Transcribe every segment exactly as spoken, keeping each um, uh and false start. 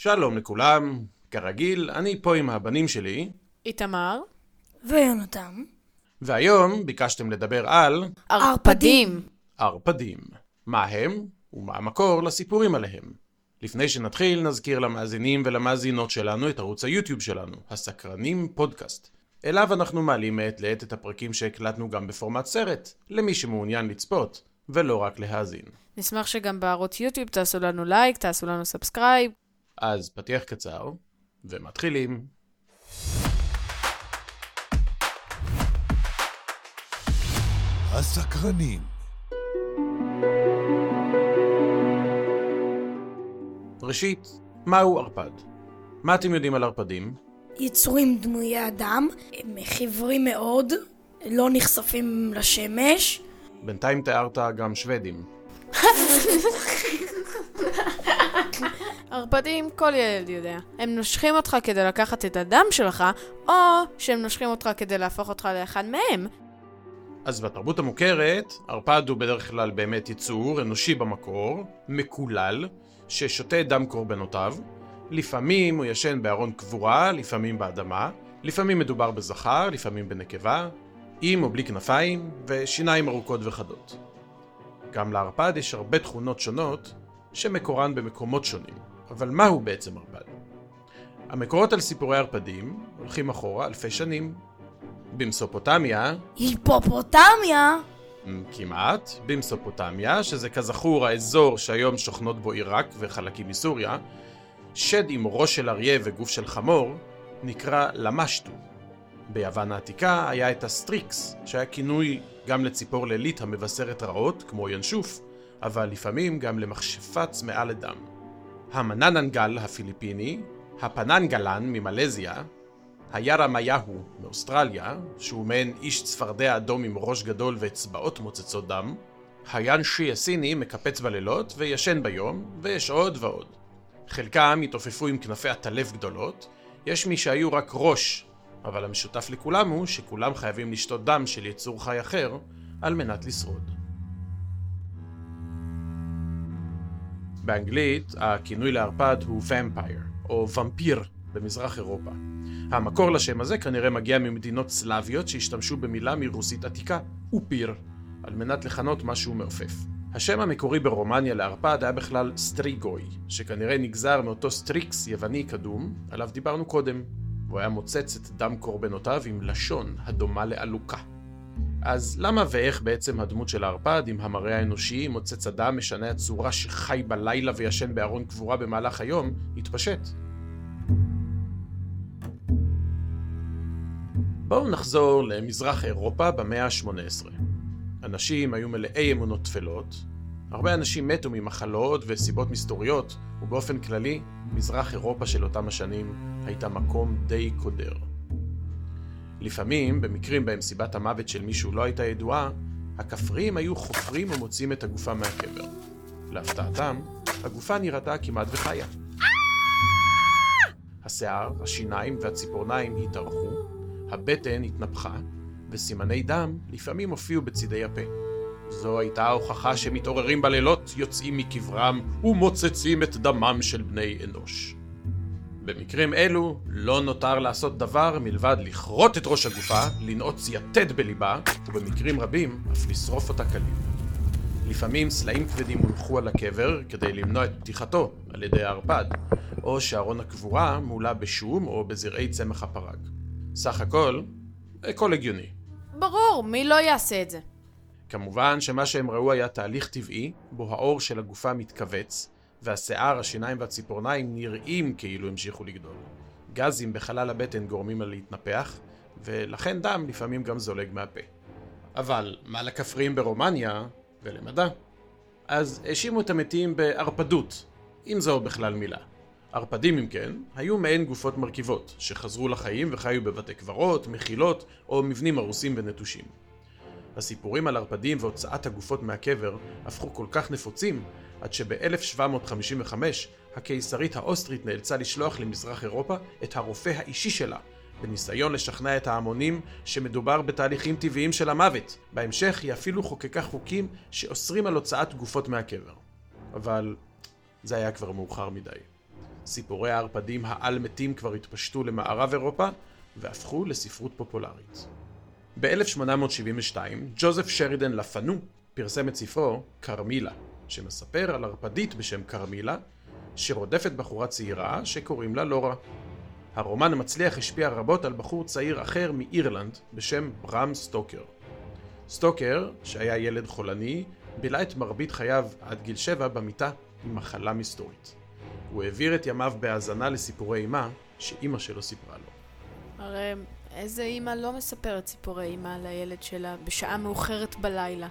שלום לכולם, כרגיל, אני פה עם הבנים שלי, איתמר ויונתן. והיום ביקשתם לדבר על ערפדים. ערפדים. מה הם ומה המקור לסיפורים עליהם. לפני שנתחיל, נזכיר למאזינים ולמאזינות שלנו את ערוץ היוטיוב שלנו, הסקרנים פודקאסט. אליו אנחנו מעלים מעת לעת את הפרקים שהקלטנו גם בפורמט סרט, למי שמעוניין לצפות, ולא רק להאזין. נשמח שגם בערוץ יוטיוב תעשו לנו לייק, תעשו לנו סאבסקרייב. אז פתיח קצר, ומתחילים. הסקרנים. ראשית, מהו ערפד? מה אתם יודעים על ערפדים? יצורים דמויי אדם, הם חיוורים מאוד, לא נחשפים לשמש. בינתיים תיארת גם שוודים. ערפדים כל ילד יודע. הם נושכים אותך כדי לקחת את הדם שלך, או שהם נושכים אותך כדי להפוך אותך לאחד מהם. אז בתרבות המוכרת, ערפד הוא בדרך כלל באמת יצור אנושי במקור, מקולל, ששותה דם קורבנותיו. לפעמים הוא ישן בארון קבורה, לפעמים באדמה, לפעמים מדובר בזכר, לפעמים בנקבה, עם או בלי כנפיים ושיניים ארוכות וחדות. גם לערפד יש הרבה תכונות שונות שמקורן במקומות שונים. אבל מהו בעצם ערפד? המקורות על סיפורי ערפדים הולכים אחורה אלפי שנים. במסופוטמיה, היפופוטמיה, כמעט, במסופוטמיה, שזה כזכור האזור שהיום שוכנות בו עיראק וחלקים מסוריה, שד עם ראש של אריה וגוף של חמור נקרא למשטו. ביוון העתיקה היה את הסטריקס, שהיה כינוי גם לציפור לילית המבשרת רעות, כמו ינשוף, אבל לפעמים גם למכשפה צמאה לדם. המנננגל הפיליפיני, הפננגלן ממלזיה, הירמיהו מאוסטרליה, שהוא מעין איש צפרדע אדום עם ראש גדול ואצבעות מוצצות דם, היאנשי הסיני מקפץ בלילות וישן ביום, ויש עוד ועוד. חלקם התעופפו עם כנפי עטלף גדולות, יש מי שהיו רק ראש, אבל המשותף לכולם הוא שכולם חייבים לשתות דם של יצור חי אחר על מנת לשרוד. באנגלית הכינוי לערפד הוא vampire או ומפיר במזרח אירופה. המקור לשם הזה כנראה מגיע ממדינות סלאביות שהשתמשו במילה מרוסית עתיקה, אופיר, על מנת לכנות משהו מעופף. השם המקורי ברומניה לערפד היה בכלל סטריגוי, שכנראה נגזר מאותו סטריקס יווני קדום, עליו דיברנו קודם, והוא היה מוצץ את דם קורבנותיו עם לשון הדומה לאלוקה. אז למה ואיך בעצם הדמות של הערפד עם המראה האנושי, מוצץ הדם, משנה הצורה שחי בלילה וישן בארון קבורה במהלך היום, התפשט? בואו נחזור למזרח אירופה במאה ה-שמונה עשרה. אנשים היו מלאי אמונות תפלות, הרבה אנשים מתו ממחלות וסיבות מסתוריות, ובאופן כללי, מזרח אירופה של אותם השנים הייתה מקום די קודר. לפעמים, במקרים בהם סיבת המוות של מישהו לא הייתה ידועה, הכפריים היו חופרים ומוצאים את הגופה מהקבר. להפתעתם, הגופה נראתה כמעט וחיה. השיער, השיניים והציפורניים התארכו, הבטן התנפחה, וסימני דם לפעמים הופיעו בצידי הפה. זו הייתה ההוכחה שמתעוררים בלילות, יוצאים מקברם ומוצצים את דמם של בני אנוש. במקרים אלו לא נותר לעשות דבר מלבד לכרות את ראש הגופה, לנעוץ יתד בליבה, ובמקרים רבים אף לשרוף אותה כליל. לפעמים סלעים כבדים הונחו על הקבר כדי למנוע את פתיחתו על ידי הערפד, או שארון הקבורה מולא בשום או בזרעי צמח הפרג. סך הכל, הכל הגיוני. ברור, מי לא יעשה את זה? כמובן שמה שהם ראו היה תהליך טבעי, בו האור של הגופה מתכווץ, והשיער, השיניים והציפורניים נראים כאילו המשיכו לגדול. גזים בחלל הבטן גורמים לה להתנפח, ולכן דם לפעמים גם זולג מהפה. אבל מה לכפריים ברומניה ולמדע? אז האשימו את המתים בערפדות, אם זו בכלל מילה. ערפדים, אם כן, היו מעין גופות מרכיבות, שחזרו לחיים וחיו בבתי קברות, מחילות או מבנים הרוסים ונטושים. הסיפורים על ערפדים והוצאת הגופות מהקבר הפכו כל כך נפוצים, עד שב-אלף שבע מאות חמישים וחמש הקיסרית האוסטרית נאלצה לשלוח למזרח אירופה את הרופא האישי שלה, בניסיון לשכנע את ההמונים שמדובר בתהליכים טבעיים של המוות. בהמשך היא אפילו חוקקה חוקים שאוסרים על הוצאת גופות מהקבר. אבל זה היה כבר מאוחר מדי. סיפורי הערפדים העל-מתים כבר התפשטו למערב אירופה והפכו לספרות פופולרית. ב-אלף שמונה מאות שבעים ושתיים, ג'וזף שרידן לפנו פרסם את ספרו קרמילה, שמספר על ערפדית בשם קרמילה, שרודפת בחורה צעירה שקוראים לה לורה. הרומן המצליח השפיע רבות על בחור צעיר אחר מאירלנד בשם ברם סטוקר. סטוקר, שהיה ילד חולני, בילה את מרבית חייו עד גיל שבע במיטה עם מחלה מסתורית. הוא העביר את ימיו בהאזנה לסיפורי אמא שאמא שלו סיפרה לו. הרי איזה אמא לא מספרת סיפורי אמא לילד שלה בשעה מאוחרת בלילה?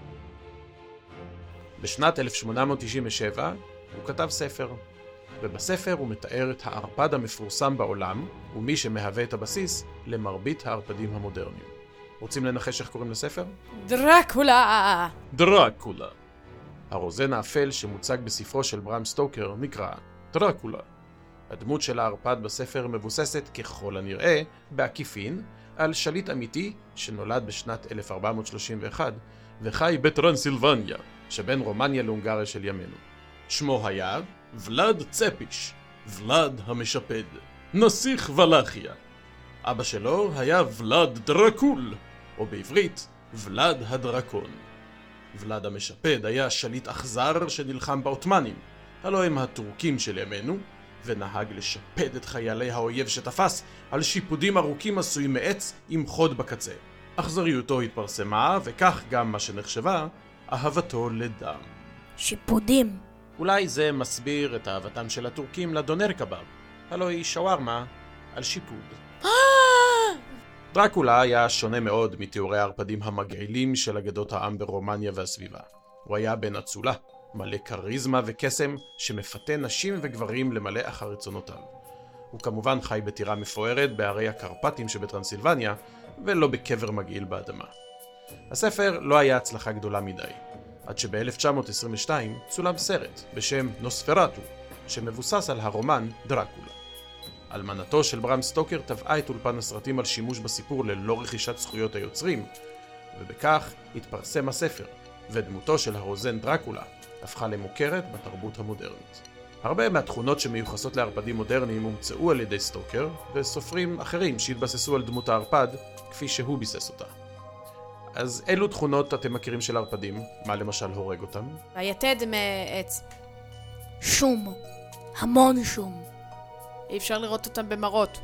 בשנת אלף שמונה מאות תשעים ושבע הוא כתב ספר, ובספר הוא מתאר את הערפד המפורסם בעולם ומי שמהווה את הבסיס למרבית הערפדים המודרניים. רוצים לנחש איך קוראים לספר? דרקולה! דרקולה. הרוזן האפל שמוצג בספרו של ברם סטוקר נקרא דרקולה. הדמות של הערפד בספר מבוססת ככל הנראה בעקיפין על שליט אמיתי שנולד בשנת אלף ארבע מאות שלושים ואחת וחי בטרנסילבניה שבין רומניה להונגריה של ימינו. שמו היה ולד צפיש, ולד המשפד, נסיך ולחיה. אבא שלו היה ולד דרקול, או בעברית ולד הדרקון. ולד המשפד היה שליט אכזר שנלחם בעות'מאנים, הלוא הם הטורקים של ימינו, ונהג לשפד את חיילי האויב שתפס על שיפודים ארוכים עשויים מעץ עם חוד בקצה. אכזריותו התפרסמה, וכך גם מה שנחשבה אהבתו לדם. שיפודים. אולי זה מסביר את אהבתם של הטורקים לדונר קבב, הלוא היא שווארמה על שיפוד. דרקולה היה שונה מאוד מתיאורי הערפדים המגעילים של אגדות העם ברומניה והסביבה. הוא היה בן אצולה, מלא קריזמה וקסם שמפתה נשים וגברים למלא אחר רצונותיו. הוא כמובן חי בטירה מפוארת בערי הקרפטים שבטרנסילבניה, ולא בקבר מגעיל באדמה. הספר לא היה הצלחה גדולה מדי, עד שב-אלף תשע מאות עשרים ושתיים צולם סרט בשם נוספרטו, שמבוסס על הרומן דרקולה. אלמנתו של ברם סטוקר טבעה את אולפן הסרטים על שימוש בסיפור ללא רכישת זכויות היוצרים, ובכך התפרסם הספר, ודמותו של הרוזן דרקולה הפכה למוכרת בתרבות המודרנית. הרבה מהתכונות שמיוחסות לערפדים מודרניים הומצאו על ידי סטוקר, וסופרים אחרים שהתבססו על דמות הערפד כפי שהוא ביסס אותה. אז אילו תכונות אתם מכירים של ערפדים? מה למשל הורג אותם? היתד מעץ. שום. המון שום. אי אפשר לראות אותם במראות.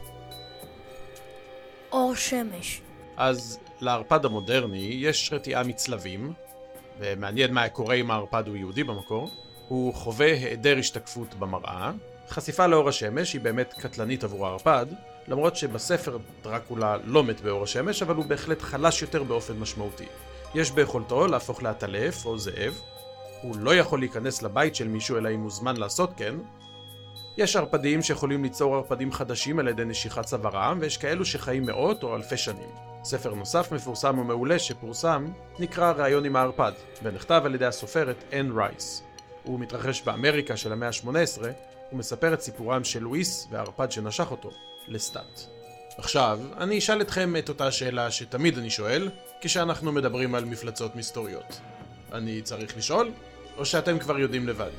אור שמש. אז לערפד המודרני יש רתיעה מצלבים, ומעניין מה קורה אם הערפד הוא יהודי במקור. הוא חווה היעדר השתקפות במראה. חשיפה לאור השמש היא באמת קטלנית עבור הערפד, למרות שבספר דרקולה לא מת באור השמש, אבל הוא בהחלט חלש יותר באופן משמעותי. יש ביכולתו להפוך לעטלף או זאב. הוא לא יכול להיכנס לבית של מישהו אלא אם מוזמן לעשות כן. יש ערפדים שיכולים ליצור ערפדים חדשים על ידי נשיכת צווארם, ויש כאלו שחיים מאות או אלפי שנים. ספר נוסף מפורסם ומעולה שפורסם נקרא ראיון עם הערפד, ונכתב על ידי הסופרת אן רייס. הוא מתרחש באמריקה של המאה ה-שמונה עשרה, ומספר את סיפורם של לואיס והערפד שנשך אותו, לסטאט. עכשיו, אני אשאל אתכם את אותה שאלה שתמיד אני שואל, כשאנחנו מדברים על מפלצות מסתוריות. אני צריך לשאול, או שאתם כבר יודעים לבד?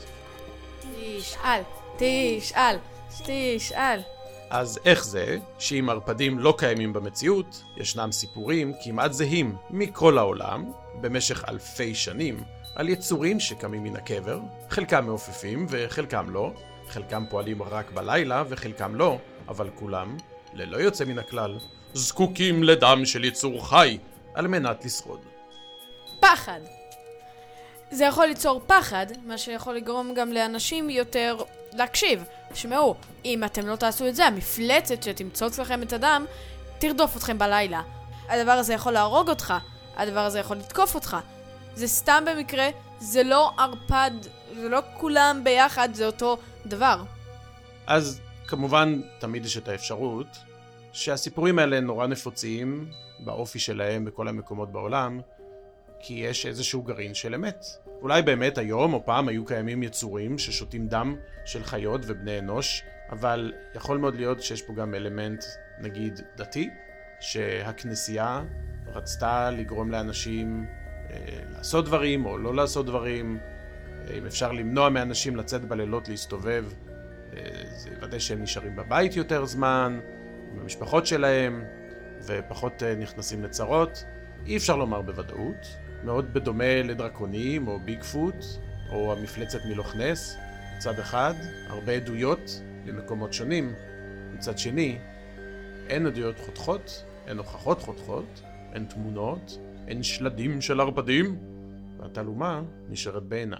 תשאל, תשאל, תשאל. אז איך זה שאם ערפדים לא קיימים במציאות, ישנם סיפורים כמעט זהים מכל העולם, במשך אלפי שנים, על יצורים שקמים מן הקבר, חלקם מעופפים וחלקם לא, חלקם פועלים רק בלילה וחלקם לא, אבל כולם, ללא יוצא מן הכלל, זקוקים לדם של יצור חי על מנת לשרוד. פחד. זה יכול ליצור פחד, מה שיכול לגרום גם לאנשים יותר להקשיב. שמעו, אם אתם לא תעשו את זה, המפלצת שתמצוץ לכם את הדם, תרדוף אתכם בלילה. הדבר הזה יכול להרוג אותך, הדבר הזה יכול לתקוף אותך. זה סתם במקרה, זה לא ערפד, זה לא כולם ביחד, זה אותו דבר. אז כמובן תמיד יש את האפשרות שהסיפורים האלה נורא נפוצים באופי שלהם בכל המקומות בעולם, כי יש איזשהו גרעין של אמת. אולי באמת היום או פעם היו קיימים יצורים ששותים דם של חיות ובני אנוש, אבל יכול מאוד להיות שיש פה גם אלמנט, נגיד, דתי, שהכנסייה רצתה לגרום לאנשים אה, לעשות דברים או לא לעשות דברים, אה, אם אפשר למנוע מאנשים לצאת בלילות להסתובב זה יוודא שהם נשארים בבית יותר זמן, עם המשפחות שלהם, ופחות נכנסים לצרות. אי אפשר לומר בוודאות, מאוד בדומה לדרקונים או ביגפוט או המפלצת מלוך נס. מצד אחד, הרבה עדויות למקומות שונים. מצד שני, אין עדויות חותכות, אין הוכחות חותכות, אין תמונות, אין שלדים של ערפדים, והתעלומה נשארת בעינה.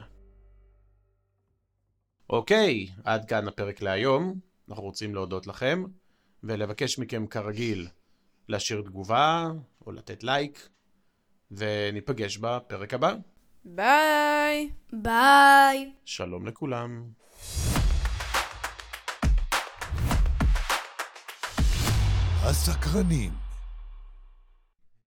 אוקיי, עד כאן הפרק להיום. אנחנו רוצים להודות לכם, ולבקש מכם כרגיל להשאיר תגובה או לתת לייק, וניפגש בפרק הבא. ביי! ביי! שלום לכולם. הסקרנים.